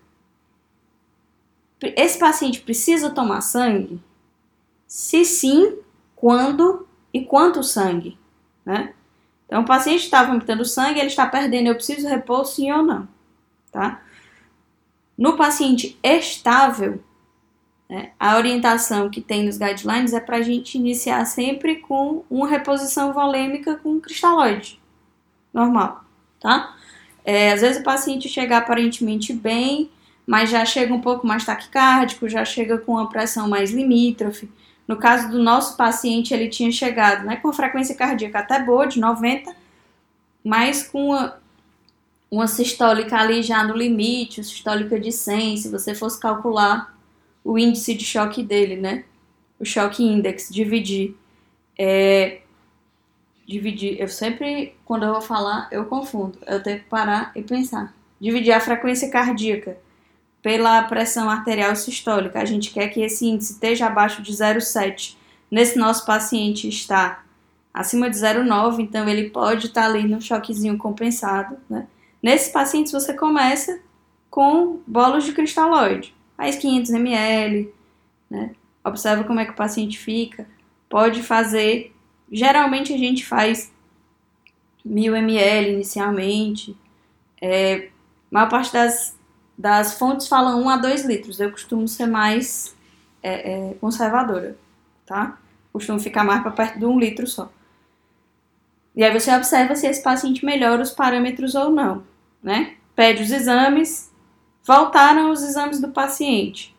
Esse paciente precisa tomar sangue? Se sim, quando e quanto sangue, né? Então, o paciente está vomitando sangue, ele está perdendo, eu preciso repor sim ou não, tá? No paciente estável, né? A orientação que tem nos guidelines é para a gente iniciar sempre com uma reposição volêmica com cristalóide normal, tá? É, às vezes o paciente chega aparentemente bem, mas já chega um pouco mais taquicárdico, já chega com uma pressão mais limítrofe. No caso do nosso paciente, ele tinha chegado, né, com a frequência cardíaca até boa, de noventa, mas com uma, uma sistólica ali já no limite, uma sistólica de cem, se você fosse calcular o índice de choque dele, né, o choque index, dividir. É, dividir, eu sempre, quando eu vou falar, eu confundo, eu tenho que parar e pensar. Dividir a frequência cardíaca pela pressão arterial sistólica. A gente quer que esse índice esteja abaixo de zero vírgula sete. Nesse nosso paciente está acima de zero vírgula nove, então ele pode estar ali no choquezinho compensado, né? Nesses pacientes você começa com bolos de cristalóide, faz quinhentos mililitros, né? Observa como é que o paciente fica, pode fazer, geralmente a gente faz mil mililitros inicialmente, é, a maior parte das Das fontes falam um a dois litros. Eu costumo ser mais é, é, conservadora, tá? Costumo ficar mais para perto de um litro só. E aí você observa se esse paciente melhora os parâmetros ou não, né? Pede os exames, voltaram os exames do paciente.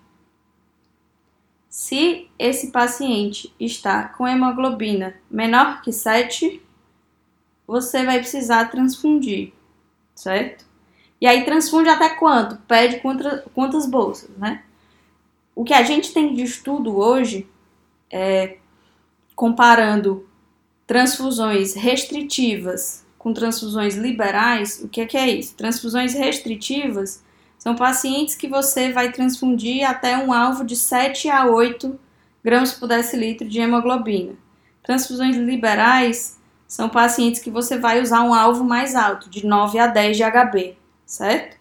Se esse paciente está com hemoglobina menor que sete, você vai precisar transfundir, certo? E aí transfunde até quanto? Pede contra, quantas bolsas, né? O que a gente tem de estudo hoje, é, comparando transfusões restritivas com transfusões liberais, o que é, que é isso? Transfusões restritivas são pacientes que você vai transfundir até um alvo de sete a oito gramas por decilitro de hemoglobina. Transfusões liberais são pacientes que você vai usar um alvo mais alto, de nove a dez de H B. Certo?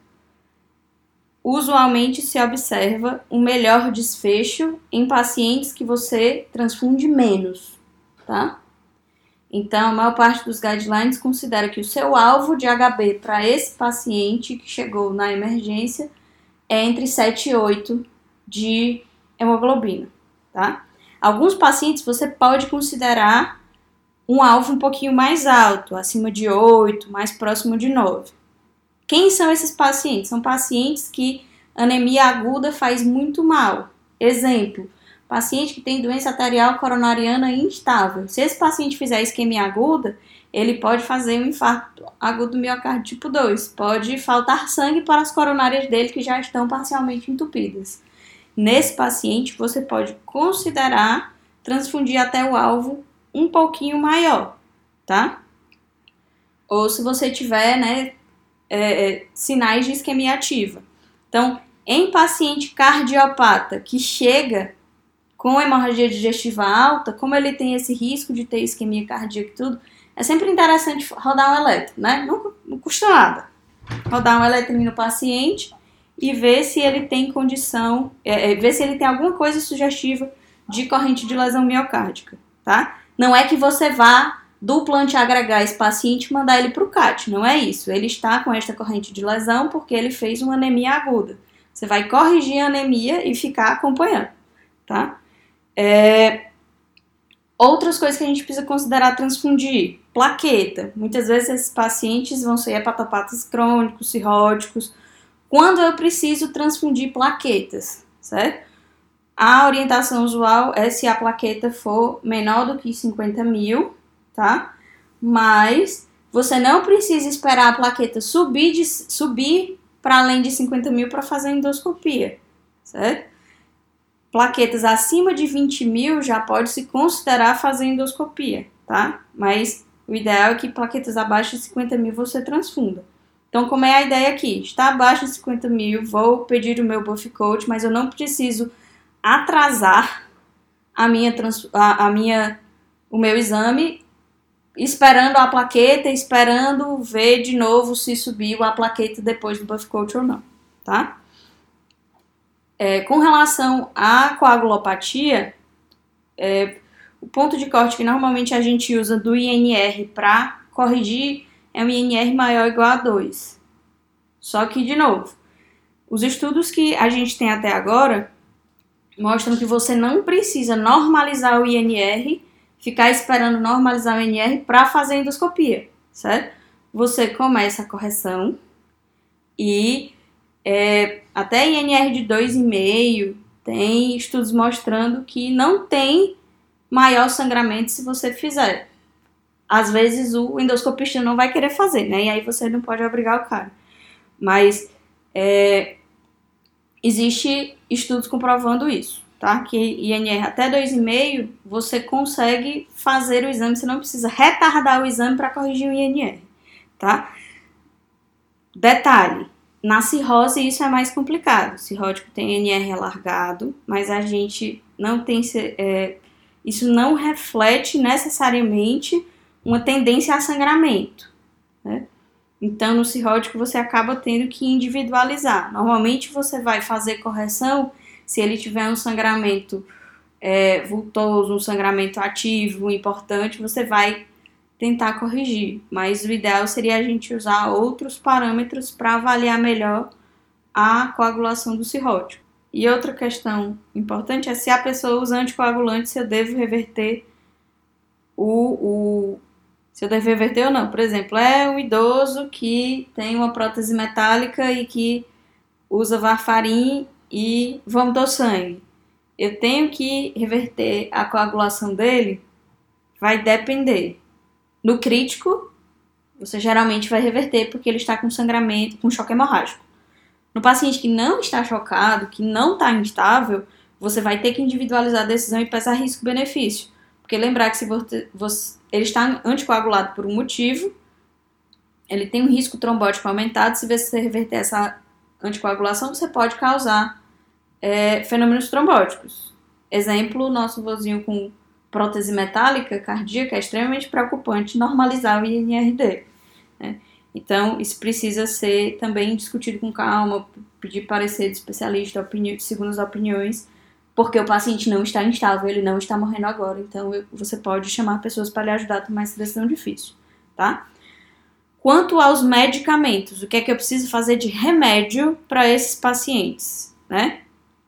Usualmente se observa um melhor desfecho em pacientes que você transfunde menos, tá? Então, a maior parte dos guidelines considera que o seu alvo de H B para esse paciente que chegou na emergência é entre sete e oito de hemoglobina, tá? Alguns pacientes você pode considerar um alvo um pouquinho mais alto, acima de oito, mais próximo de nove. Quem são esses pacientes? São pacientes que anemia aguda faz muito mal. Exemplo, paciente que tem doença arterial coronariana instável. Se esse paciente fizer isquemia aguda, ele pode fazer um infarto agudo do miocárdio tipo dois. Pode faltar sangue para as coronárias dele que já estão parcialmente entupidas. Nesse paciente, você pode considerar transfundir até o alvo um pouquinho maior, tá? Ou se você tiver, né, É, sinais de isquemia ativa. Então, em paciente cardiopata que chega com hemorragia digestiva alta, como ele tem esse risco de ter isquemia cardíaca e tudo, é sempre interessante rodar um eletro, né? Não, não custa nada. Rodar um eletrinho no paciente e ver se ele tem condição, é, é, ver se ele tem alguma coisa sugestiva de corrente de lesão miocárdica, tá? Não é que você vá duplante agregar esse paciente e mandar ele para o C A T, não é isso. Ele está com esta corrente de lesão porque ele fez uma anemia aguda. Você vai corrigir a anemia e ficar acompanhando, tá? É... Outras coisas que a gente precisa considerar transfundir. Plaqueta. Muitas vezes esses pacientes vão ser hepatopatas crônicos, cirróticos. Quando eu preciso transfundir plaquetas, certo? A orientação usual é se a plaqueta for menor do que cinquenta mil, tá? Mas você não precisa esperar a plaqueta subir, de, subir para além de cinquenta mil para fazer endoscopia, certo? Plaquetas acima de vinte mil já pode se considerar fazer endoscopia, tá? Mas o ideal é que plaquetas abaixo de cinquenta mil você transfunda. Então, como é a ideia aqui? Está abaixo de cinquenta mil, vou pedir o meu buff coat, mas eu não preciso atrasar a minha, trans, a, a minha, o meu exame esperando a plaqueta, esperando ver de novo se subiu a plaqueta depois do buff coat ou não, tá? É, com relação à coagulopatia, é, o ponto de corte que normalmente a gente usa do I N R para corrigir é um I N R maior ou igual a dois. Só que, de novo, os estudos que a gente tem até agora mostram que você não precisa normalizar o I N R, ficar esperando normalizar o I N R para fazer a endoscopia, certo? Você começa a correção e é, até I N R de dois vírgula cinco, tem estudos mostrando que não tem maior sangramento se você fizer. Às vezes o endoscopista não vai querer fazer, né? E aí você não pode obrigar o cara. Mas é, existe estudos comprovando isso, tá? Que I N R até dois vírgula cinco você consegue fazer o exame, você não precisa retardar o exame para corrigir o I N R, tá? Detalhe, na cirrose isso é mais complicado. O cirrótico tem I N R alargado, mas a gente não tem... É, isso não reflete necessariamente uma tendência a sangramento, né? Então, no cirrótico, você acaba tendo que individualizar. Normalmente, você vai fazer correção se ele tiver um sangramento é, vultoso, um sangramento ativo, importante, você vai tentar corrigir. Mas o ideal seria a gente usar outros parâmetros para avaliar melhor a coagulação do cirrótico. E outra questão importante é se a pessoa usa anticoagulante, se eu devo reverter o... o Se eu devo reverter ou não. Por exemplo, é um idoso que tem uma prótese metálica e que usa varfarin e vomitou sangue. Eu tenho que reverter a coagulação dele? Vai depender. No crítico, você geralmente vai reverter porque ele está com sangramento, com choque hemorrágico. No paciente que não está chocado, que não está instável, você vai ter que individualizar a decisão e pesar risco-benefício. Porque lembrar que se você, você, ele está anticoagulado por um motivo, ele tem um risco trombótico aumentado. Se você reverter essa anticoagulação, você pode causar é, fenômenos trombóticos. Exemplo, nosso vozinho com prótese metálica cardíaca é extremamente preocupante normalizar o I N R dele, né? Então, isso precisa ser também discutido com calma, pedir parecer de especialista, opini- segundo as opiniões, porque o paciente não está instável, ele não está morrendo agora, então eu, você pode chamar pessoas para lhe ajudar a tomar essa decisão difícil, tá? Quanto aos medicamentos, o que é que eu preciso fazer de remédio para esses pacientes, né?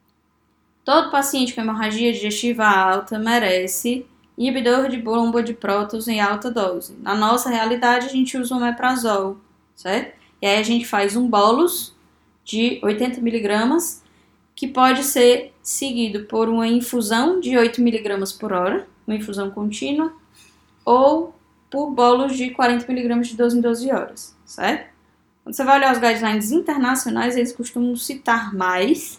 Todo paciente com hemorragia digestiva alta merece inibidor de bomba de prótons em alta dose. Na nossa realidade, a gente usa o omeprazol, certo? E aí a gente faz um bolus de oitenta miligramas, que pode ser seguido por uma infusão de oito miligramas por hora, uma infusão contínua, ou por bolos de quarenta miligramas de doze em doze horas, certo? Quando você vai olhar os guidelines internacionais, eles costumam citar mais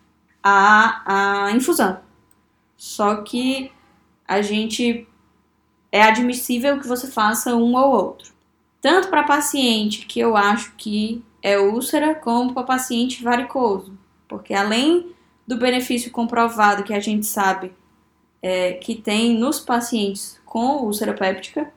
a, a infusão. Só que a gente é admissível que você faça um ou outro. Tanto para paciente que eu acho que é úlcera, como para paciente varicoso. Porque além do benefício comprovado que a gente sabe é, que tem nos pacientes com úlcera péptica,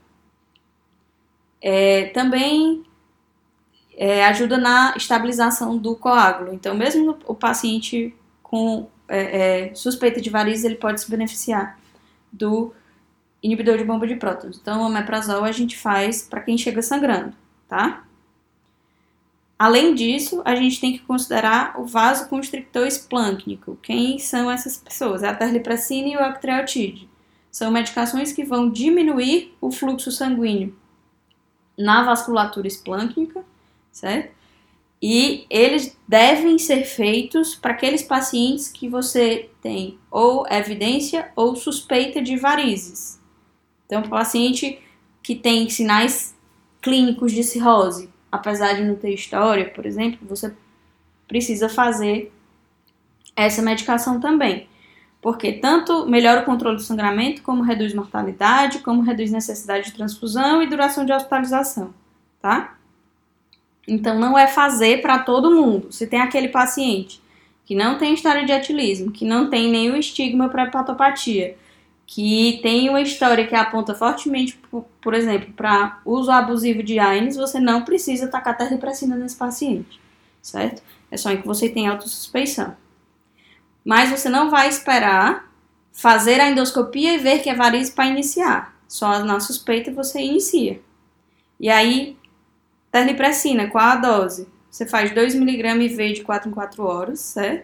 é, também é, ajuda na estabilização do coágulo. Então, mesmo o paciente com é, é, suspeita de varizes, ele pode se beneficiar do inibidor de bomba de prótons. Então, o omeprazol a gente faz para quem chega sangrando, tá? Além disso, a gente tem que considerar o vasoconstrictor esplâncnico. Quem são essas pessoas? É a terlipressina e o octreotide. São medicações que vão diminuir o fluxo sanguíneo na vasculatura esplâncnica, certo? E eles devem ser feitos para aqueles pacientes que você tem ou evidência ou suspeita de varizes. Então, para o paciente que tem sinais clínicos de cirrose, apesar de não ter história, por exemplo, você precisa fazer essa medicação também. Porque tanto melhora o controle do sangramento, como reduz mortalidade, como reduz necessidade de transfusão e duração de hospitalização, tá? Então, não é fazer para todo mundo. Se tem aquele paciente que não tem história de etilismo, que não tem nenhum estigma para hepatopatia, que tem uma história que aponta fortemente, por, por exemplo, para uso abusivo de A I N S, você não precisa tacar terlipressina nesse paciente, certo? É só em que você tem autossuspeição. Mas você não vai esperar fazer a endoscopia e ver que é varize para iniciar. Só na suspeita você inicia. E aí, terlipressina, qual a dose? Você faz dois miligramas I V de quatro em quatro horas, certo?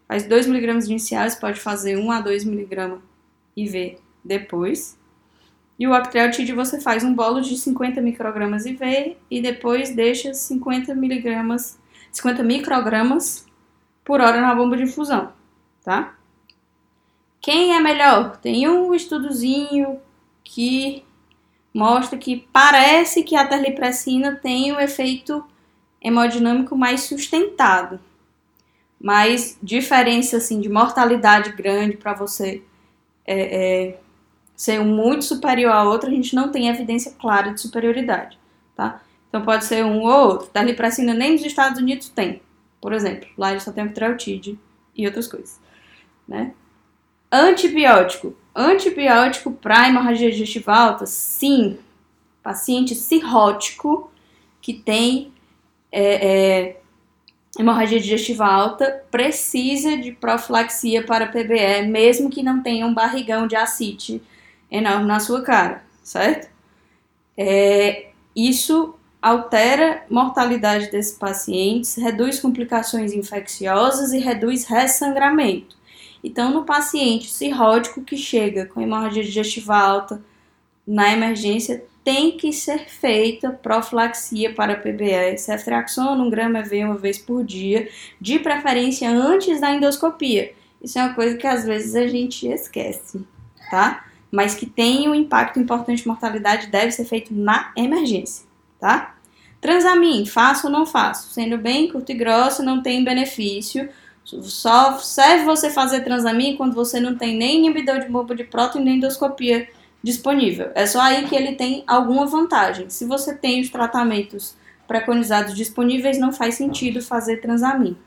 faz dois miligramas iniciais, pode fazer um a dois miligramas I V depois. E o octreotide você faz um bolo de cinquenta microgramas I V e depois deixa cinquenta miligramas, cinquenta microgramas por hora na bomba de infusão, tá? Quem é melhor? Tem um estudozinho que mostra que parece que a terlipressina tem um efeito hemodinâmico mais sustentado. Mas diferença assim, de mortalidade grande para você é, é, ser um muito superior a outro, a gente não tem evidência clara de superioridade, tá? Então pode ser um ou outro. Terlipressina nem nos Estados Unidos tem, por exemplo. Lá eles só tem octreotide e outras coisas, né? Antibiótico. Antibiótico para hemorragia digestiva alta, sim. Paciente cirrótico que tem é, é, hemorragia digestiva alta precisa de profilaxia para P B E, mesmo que não tenha um barrigão de ascite enorme na sua cara, certo? É, isso altera a mortalidade desses pacientes, reduz complicações infecciosas e reduz ressangramento. Então, no paciente cirrótico que chega com hemorragia digestiva alta na emergência, tem que ser feita profilaxia para P B E, ceftriaxona, um grama E V uma vez por dia, de preferência antes da endoscopia. Isso é uma coisa que às vezes a gente esquece, tá? Mas que tem um impacto importante de mortalidade, deve ser feito na emergência, tá? Transamin, faço ou não faço? Sendo bem curto e grosso, não tem benefício. Só serve você fazer transamin quando você não tem nem inibidor de bomba de próton e nem endoscopia disponível. É só aí que ele tem alguma vantagem. Se você tem os tratamentos preconizados disponíveis, não faz sentido fazer transamin.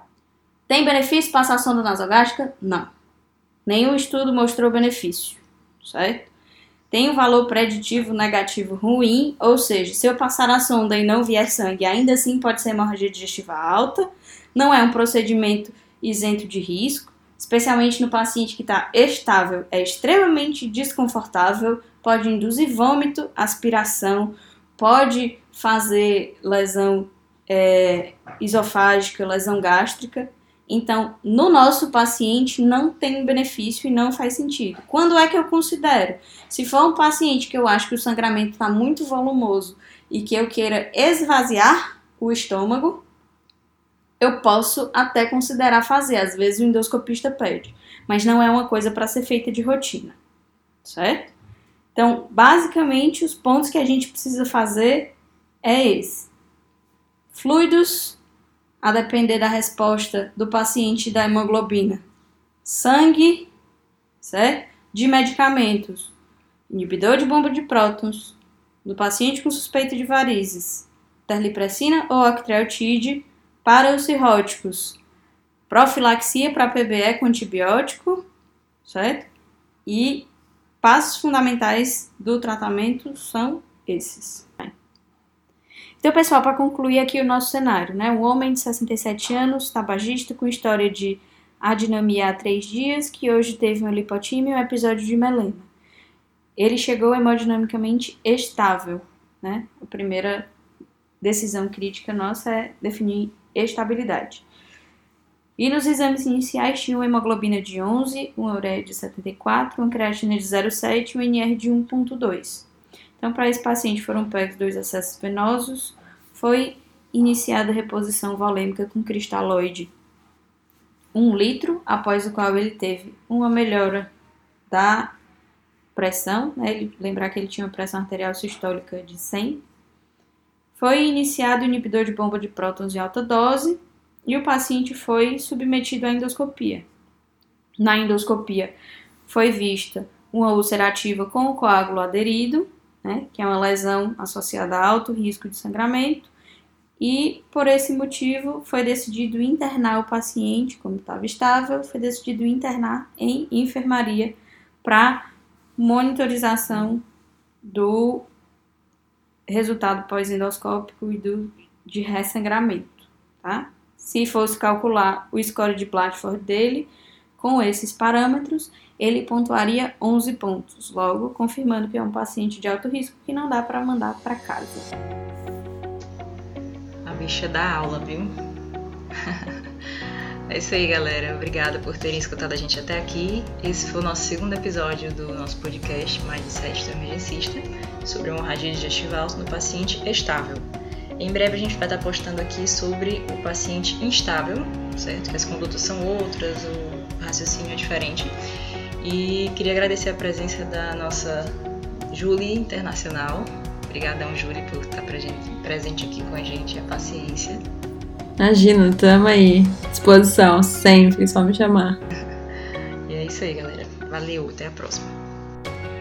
Tem benefício passar sonda nasogástrica? Não. Nenhum estudo mostrou benefício, certo? Tem um valor preditivo negativo ruim, ou seja, se eu passar a sonda e não vier sangue, ainda assim pode ser hemorragia digestiva alta. Não é um procedimento isento de risco, especialmente no paciente que está estável, é extremamente desconfortável, pode induzir vômito, aspiração, pode fazer lesão é, esofágica, lesão gástrica. Então, no nosso paciente não tem benefício e não faz sentido. Quando é que eu considero? Se for um paciente que eu acho que o sangramento está muito volumoso e que eu queira esvaziar o estômago, eu posso até considerar fazer, às vezes o endoscopista pede, mas não é uma coisa para ser feita de rotina, certo? Então, basicamente, os pontos que a gente precisa fazer é esse. Fluidos, a depender da resposta do paciente da hemoglobina. Sangue, certo? De medicamentos, inibidor de bomba de prótons, do paciente com suspeita de varizes, terlipressina ou octreotide. Para os cirróticos, profilaxia para P B E com antibiótico, certo? E passos fundamentais do tratamento são esses. Então, pessoal, para concluir aqui o nosso cenário, né? Um homem de sessenta e sete anos, tabagista, com história de adinamia há três dias, que hoje teve uma lipotímia e um episódio de melema. Ele chegou hemodinamicamente estável, né? A primeira decisão crítica nossa é definir estabilidade. E nos exames iniciais tinha uma hemoglobina de onze, uma ureia de setenta e quatro, uma creatina de zero vírgula sete e um N R de um vírgula dois. Então, para esse paciente foram pegos dois acessos venosos, foi iniciada a reposição volêmica com cristalóide um litro, após o qual ele teve uma melhora da pressão, né? Ele, lembrar que ele tinha uma pressão arterial sistólica de cem. Foi iniciado o inibidor de bomba de prótons em alta dose e o paciente foi submetido à endoscopia. Na endoscopia foi vista uma úlcera ativa com o coágulo aderido, né, que é uma lesão associada a alto risco de sangramento, e por esse motivo foi decidido internar o paciente, como estava estável, foi decidido internar em enfermaria para monitorização do resultado pós-endoscópico e do, de ressangramento, tá? Se fosse calcular o score de Blatchford dele, com esses parâmetros, ele pontuaria onze pontos, logo confirmando que é um paciente de alto risco que não dá para mandar para casa. A bicha da aula, viu? É isso aí, galera. Obrigada por terem escutado a gente até aqui. Esse foi o nosso segundo episódio do nosso podcast Mindset do Emergencista, sobre hemorragia digestiva alta no paciente estável. Em breve a gente vai estar postando aqui sobre o paciente instável, certo? Que as condutas são outras, o raciocínio é diferente. E queria agradecer a presença da nossa Julie Internacional. Obrigadão, Julie, por estar presente aqui com a gente, a paciência. Imagina, tamo aí, disposição, sempre, só me chamar. E é isso aí, galera. Valeu, até a próxima.